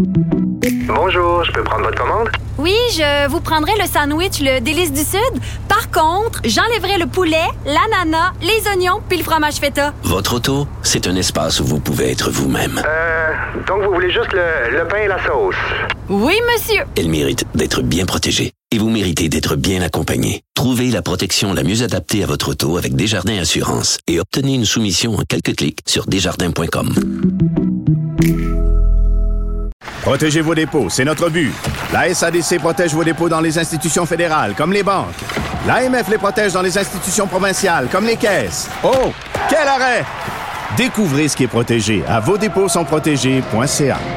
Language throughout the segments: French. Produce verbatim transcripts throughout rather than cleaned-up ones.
Bonjour, je peux prendre votre commande? Oui, je vous prendrai le sandwich, le délice du Sud. Par contre, j'enlèverai le poulet, l'ananas, les oignons puis le fromage feta. Votre auto, c'est un espace où vous pouvez être vous-même. Euh, donc vous voulez juste le, le pain et la sauce? Oui, monsieur. Elle mérite d'être bien protégée. Et vous méritez d'être bien accompagné. Trouvez la protection la mieux adaptée à votre auto avec Desjardins Assurance et obtenez une soumission en quelques clics sur desjardins point com. Protégez vos dépôts, c'est notre but. La S A D C protège vos dépôts dans les institutions fédérales, comme les banques. L'A M F les protège dans les institutions provinciales, comme les caisses. Oh, quel arrêt! Découvrez ce qui est protégé à vos dépôts sont protégés point c a.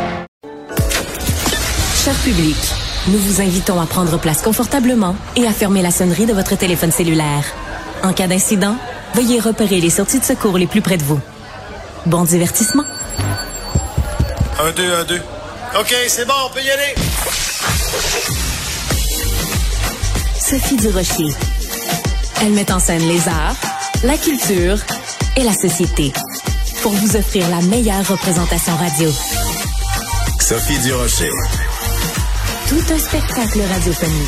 Cher public, nous vous invitons à prendre place confortablement et à fermer la sonnerie de votre téléphone cellulaire. En cas d'incident, veuillez repérer les sorties de secours les plus près de vous. Bon divertissement. Un, deux, un, deux. OK, c'est bon, on peut y aller. Sophie Durocher. Elle met en scène les arts, la culture et la société pour vous offrir la meilleure représentation radio. Sophie Durocher. Tout un spectacle radiophonique.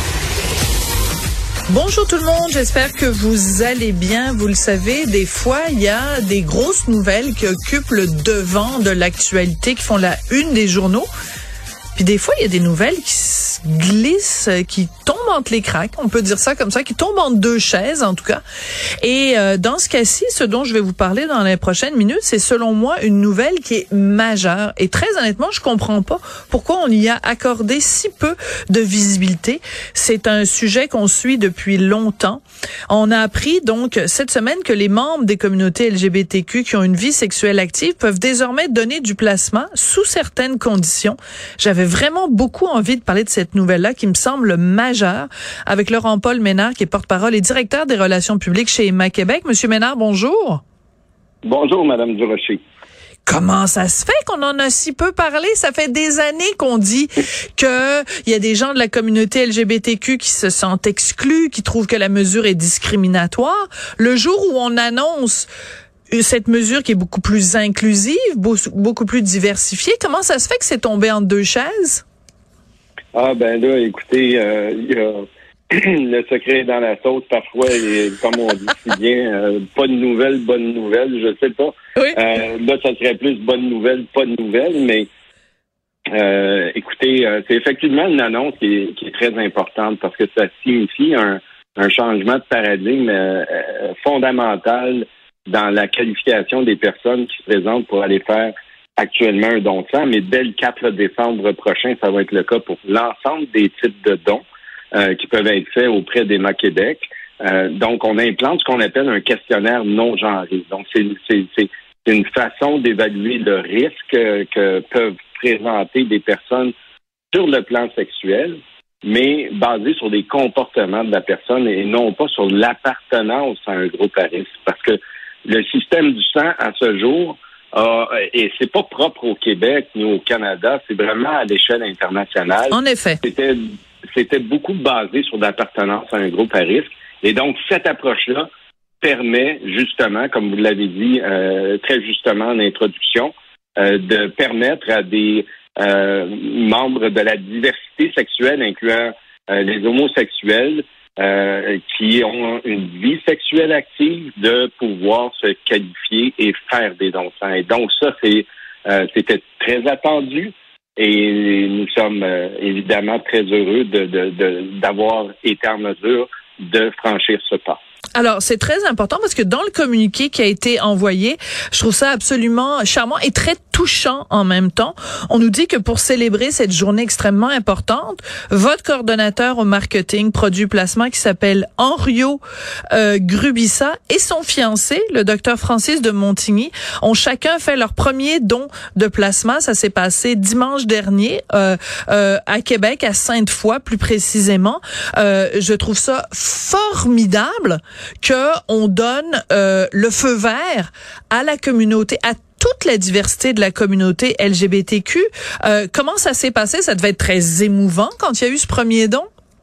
Bonjour tout le monde, j'espère que vous allez bien. Vous le savez, des fois, il y a des grosses nouvelles qui occupent le devant de l'actualité, qui font la une des journaux. Puis des fois, il y a des nouvelles qui se glissent, qui tombent entre les cracks, on peut dire ça comme ça, qui tombent entre deux chaises en tout cas. Et euh, dans ce cas-ci, ce dont je vais vous parler dans les prochaines minutes, c'est selon moi une nouvelle qui est majeure. Et très honnêtement, je comprends pas pourquoi on y a accordé si peu de visibilité. C'est un sujet qu'on suit depuis longtemps. On a appris donc cette semaine que les membres des communautés L G B T Q qui ont une vie sexuelle active peuvent désormais donner du plasma sous certaines conditions. J'avais vraiment beaucoup envie de parler de cette nouvelle-là qui me semble majeure avec Laurent-Paul Ménard qui est porte-parole et directeur des relations publiques chez Emma Québec. Monsieur Ménard, bonjour. Bonjour, Madame Durocher. Comment ça se fait qu'on en a si peu parlé? Ça fait des années qu'on dit que il y a des gens de la communauté L G B T Q qui se sentent exclus, qui trouvent que la mesure est discriminatoire. Le jour où on annonce cette mesure qui est beaucoup plus inclusive, beaucoup plus diversifiée, comment ça se fait que c'est tombé entre deux chaises? Ah ben là, écoutez, euh, y a le secret est dans la sauce parfois, et comme on dit si bien, euh, pas de nouvelles, bonnes nouvelles, je sais pas. Oui. Euh, là, ça serait plus bonne nouvelle, pas de nouvelles, mais euh, écoutez, euh, c'est effectivement une annonce qui est, qui est très importante parce que ça signifie un, un changement de paradigme euh, euh, fondamental dans la qualification des personnes qui se présentent pour aller faire actuellement un don de sang, mais dès le quatre décembre prochain, ça va être le cas pour l'ensemble des types de dons euh, qui peuvent être faits auprès d'Emma Québec. Euh, donc, on implante ce qu'on appelle un questionnaire non genré. Donc, c'est, c'est, c'est une façon d'évaluer le risque euh, que peuvent présenter des personnes sur le plan sexuel, mais basé sur des comportements de la personne et non pas sur l'appartenance à un groupe à risque. Parce que le système du sang, à ce jour, a, et c'est pas propre au Québec ni au Canada, c'est vraiment à l'échelle internationale. En effet. C'était, c'était beaucoup basé sur l'appartenance à un groupe à risque. Et donc, cette approche-là permet justement, comme vous l'avez dit euh, très justement en introduction, euh, de permettre à des euh, membres de la diversité sexuelle, incluant euh, les homosexuels, Euh, qui ont une vie sexuelle active, de pouvoir se qualifier et faire des dons de sang. Et donc ça, c'est euh, c'était très attendu et nous sommes euh, évidemment très heureux de, de, de, d'avoir été en mesure de franchir ce pas. Alors, c'est très important parce que dans le communiqué qui a été envoyé, je trouve ça absolument charmant et très touchant en même temps. On nous dit que pour célébrer cette journée extrêmement importante, votre coordonnateur au marketing produit plasma qui s'appelle Henriot euh, Grubissa et son fiancé, le docteur Francis de Montigny, ont chacun fait leur premier don de plasma. Ça s'est passé dimanche dernier euh, euh, à Québec, à Sainte-Foy plus précisément. Euh, je trouve ça formidable que on donne euh, le feu vert à la communauté, à toute la diversité de la communauté L G B T Q. Euh, comment ça s'est passé? Ça devait être très émouvant quand il y a eu ce premier don?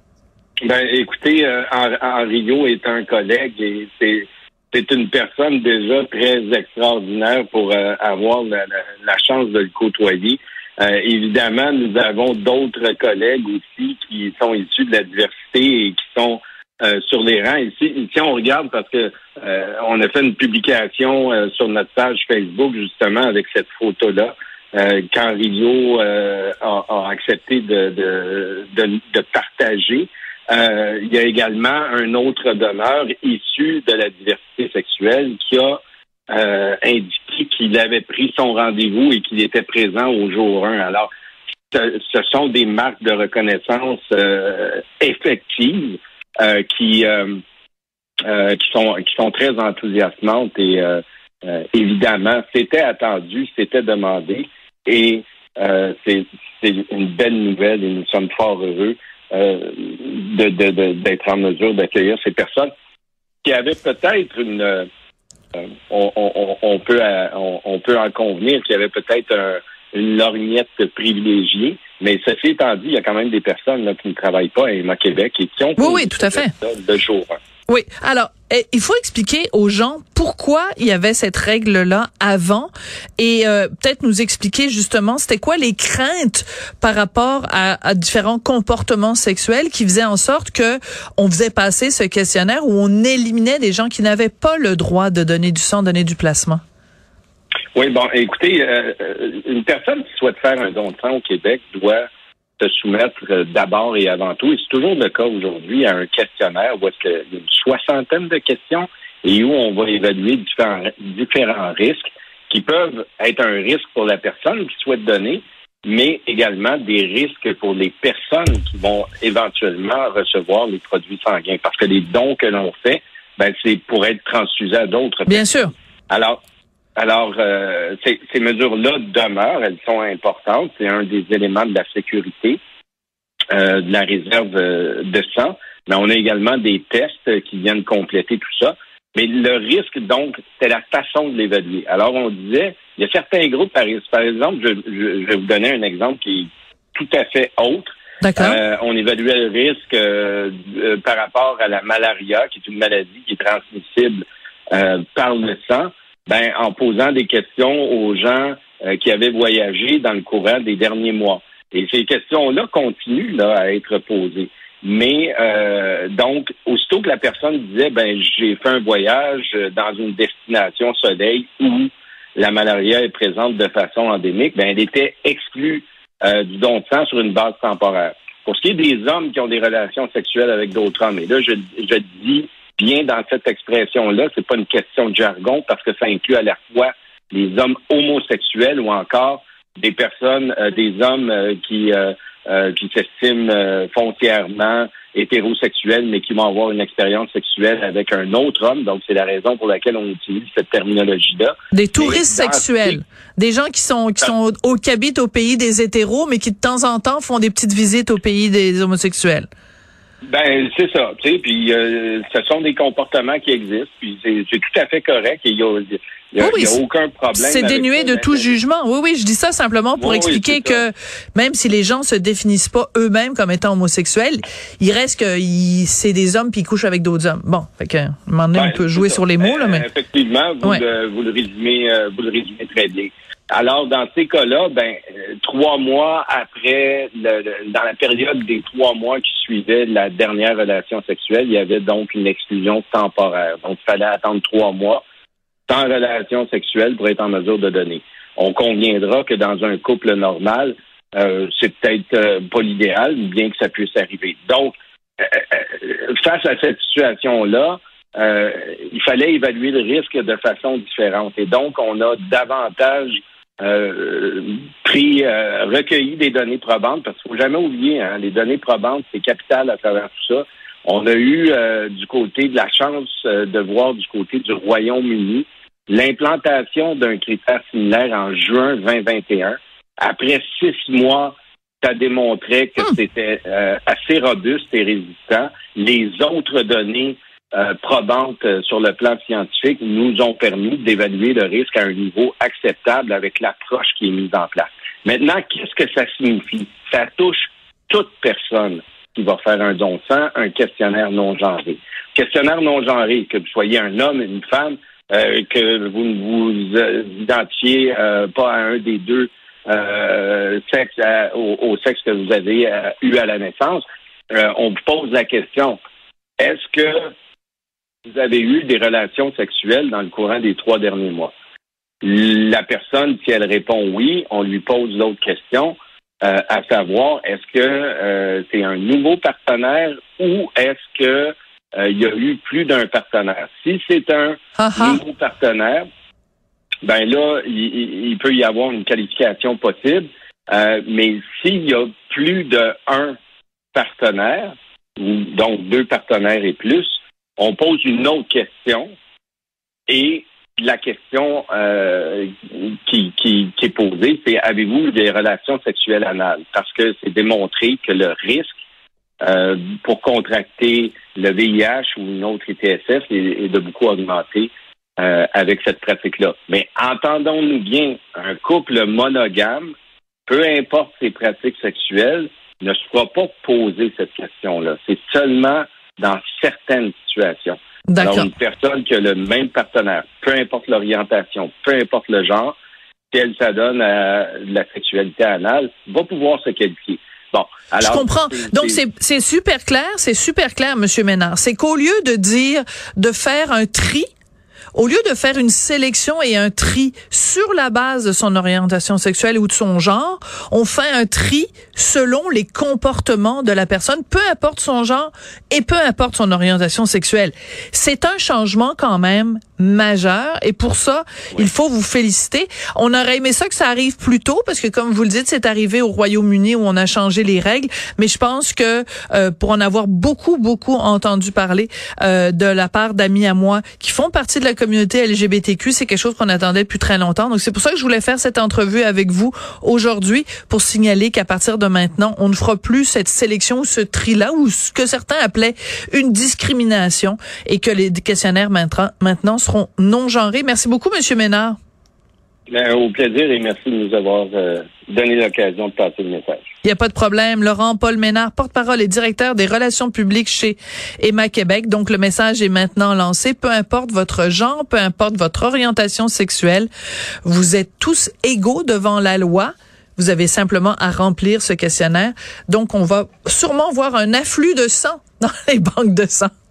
Ben, écoutez, euh, Henriot est un collègue et c'est c'est une personne déjà très extraordinaire pour euh, avoir la, la, la chance de le côtoyer. Euh, évidemment, nous avons d'autres collègues aussi qui sont issus de la diversité et qui sont euh, sur les rangs. Ici, ici, on regarde parce que euh, on a fait une publication euh, sur notre page Facebook justement avec cette photo-là. Euh, quand Rio euh, a, a accepté de, de, de, de partager. Euh, il y a également un autre demeure issu de la diversité sexuelle qui a euh, indiqué qu'il avait pris son rendez-vous et qu'il était présent au jour un. Alors, ce, ce sont des marques de reconnaissance euh, effectives euh, qui, euh, euh, qui, sont, qui sont très enthousiasmantes et euh, euh, évidemment, c'était attendu, c'était demandé. Et euh, c'est, c'est une belle nouvelle et nous sommes fort heureux euh, de, de, de, d'être en mesure d'accueillir ces personnes qui avaient peut-être une... Euh, on, on, on, peut, on, on peut en convenir qu'il y avait peut-être un, une lorgnette privilégiée, mais ceci étant dit, il y a quand même des personnes là, qui ne travaillent pas à Emma Québec et qui ont... Oui, oui, tout à fait. De jour. Oui. Alors, il faut expliquer aux gens pourquoi il y avait cette règle-là avant et euh, peut-être nous expliquer justement c'était quoi les craintes par rapport à, à différents comportements sexuels qui faisaient en sorte que on faisait passer ce questionnaire où on éliminait des gens qui n'avaient pas le droit de donner du sang, donner du plasma. Oui, bon, écoutez, euh, une personne qui souhaite faire un don de sang au Québec doit se soumettre d'abord et avant tout, et c'est toujours le cas aujourd'hui, à un questionnaire où est-ce qu'il y a une soixantaine de questions et où on va évaluer différents, différents risques qui peuvent être un risque pour la personne qui souhaite donner, mais également des risques pour les personnes qui vont éventuellement recevoir les produits sanguins. Parce que les dons que l'on fait, ben, c'est pour être transfusé à d'autres Bien personnes. sûr. Alors, Alors, euh, ces, ces mesures-là demeurent, elles sont importantes. C'est un des éléments de la sécurité euh, de la réserve euh, de sang. Mais on a également des tests qui viennent compléter tout ça. Mais le risque, donc, c'est la façon de l'évaluer. Alors, on disait, il y a certains groupes à risque. Par exemple, je, je, je vais vous donner un exemple qui est tout à fait autre. D'accord. Euh, on évaluait le risque euh, euh, par rapport à la malaria, qui est une maladie qui est transmissible euh, par le sang. Ben, en posant des questions aux gens euh, qui avaient voyagé dans le courant des derniers mois. Et ces questions-là continuent là, à être posées. Mais euh, donc, aussitôt que la personne disait, ben, j'ai fait un voyage dans une destination soleil où la malaria est présente de façon endémique, ben, elle était exclue euh, du don de sang sur une base temporaire. Pour ce qui est des hommes qui ont des relations sexuelles avec d'autres hommes, et là, je, je dis bien dans cette expression-là, c'est pas une question de jargon parce que ça inclut à la fois les hommes homosexuels ou encore des personnes, euh, des hommes euh, qui euh, euh, qui s'estiment euh, foncièrement hétérosexuels mais qui vont avoir une expérience sexuelle avec un autre homme. Donc c'est la raison pour laquelle on utilise cette terminologie-là. Des touristes sexuels, des gens qui sont qui sont au, qui habitent au pays des hétéros mais qui de temps en temps font des petites visites au pays des homosexuels. Ben c'est ça, tu sais, puis euh, ce sont des comportements qui existent, puis c'est, c'est tout à fait correct, et il y a, il y a, oui, oui, il y a aucun problème. C'est dénué de tout jugement. Oui, oui, je dis ça simplement pour oui, expliquer oui, que même si les gens se définissent pas eux-mêmes comme étant homosexuels, il reste que il, c'est des hommes puis ils couchent avec d'autres hommes. Bon, fait que, à un moment donné, ben, on peut jouer ça. sur les mots là, mais euh, effectivement, vous, ouais. le, vous le résumez, euh, vous le résumez très bien. Alors, dans ces cas-là, ben, euh, trois mois après, le, le, dans la période des trois mois qui suivaient la dernière relation sexuelle, il y avait donc une exclusion temporaire. Donc, il fallait attendre trois mois sans relation sexuelle pour être en mesure de donner. On conviendra que dans un couple normal, euh, c'est peut-être euh, pas l'idéal, bien que ça puisse arriver. Donc, euh, euh, face à cette situation-là, euh, il fallait évaluer le risque de façon différente. Et donc, on a davantage Euh, pris, euh, recueilli des données probantes, parce qu'il ne faut jamais oublier, hein, les données probantes, c'est capital à travers tout ça. On a eu euh, du côté de la chance euh, de voir du côté du Royaume-Uni l'implantation d'un critère similaire en juin vingt vingt et un. Après six mois, ça démontrait que c'était euh, assez robuste et résistant. Les autres données Euh, probantes euh, sur le plan scientifique nous ont permis d'évaluer le risque à un niveau acceptable avec l'approche qui est mise en place. Maintenant, qu'est-ce que ça signifie? Ça touche toute personne qui va faire un don de sang, un questionnaire non genré. Questionnaire non genré, que vous soyez un homme, une femme, euh, que vous ne vous euh, identifiez euh, pas à un des deux euh, sexe à, au, au sexe que vous avez euh, eu à la naissance, euh, on vous pose la question, est-ce que vous avez eu des relations sexuelles dans le courant des trois derniers mois? La personne, si elle répond oui, on lui pose l'autre question, euh, à savoir, est-ce que euh, c'est un nouveau partenaire ou est-ce que euh, il y a eu plus d'un partenaire? Si c'est un uh-huh. nouveau partenaire, ben là, il, il peut y avoir une qualification possible, euh, mais s'il y a plus d'un partenaire, ou donc deux partenaires et plus, on pose une autre question et la question euh, qui, qui, qui est posée, c'est avez-vous des relations sexuelles anales? Parce que c'est démontré que le risque euh, pour contracter le V I H ou une autre I T S S est, est de beaucoup augmenter euh, avec cette pratique-là. Mais entendons-nous bien, un couple monogame, peu importe ses pratiques sexuelles, ne se fera pas poser cette question-là. C'est seulement dans certaines situations. D'accord. Alors, une personne qui a le même partenaire, peu importe l'orientation, peu importe le genre, si elle s'adonne à la sexualité anale, va pouvoir se qualifier. Bon, alors, je comprends. C'est, Donc, c'est... c'est, c'est super clair, c'est super clair, Monsieur Ménard. C'est qu'au lieu de dire, de faire un tri, au lieu de faire une sélection et un tri sur la base de son orientation sexuelle ou de son genre, on fait un tri selon les comportements de la personne, peu importe son genre et peu importe son orientation sexuelle. C'est un changement quand même majeur et pour ça, oui. il faut vous féliciter. On aurait aimé ça que ça arrive plus tôt parce que comme vous le dites, c'est arrivé au Royaume-Uni où on a changé les règles, mais je pense que euh, pour en avoir beaucoup, beaucoup entendu parler euh, de la part d'amis à moi qui font partie de la communauté L G B T Q, c'est quelque chose qu'on attendait depuis très longtemps. Donc c'est pour ça que je voulais faire cette entrevue avec vous aujourd'hui pour signaler qu'à partir de maintenant, on ne fera plus cette sélection ou ce tri-là ou ce que certains appelaient une discrimination et que les questionnaires maintenant, maintenant seront non genrés. Merci beaucoup, Monsieur Ménard. Ben, au plaisir et merci de nous avoir euh, donné l'occasion de passer le message. Il n'y a pas de problème. Laurent-Paul Ménard, porte-parole et directeur des relations publiques chez Emma Québec. Donc, le message est maintenant lancé. Peu importe votre genre, peu importe votre orientation sexuelle, vous êtes tous égaux devant la loi. Vous avez simplement à remplir ce questionnaire. Donc, on va sûrement voir un afflux de sang dans les banques de sang.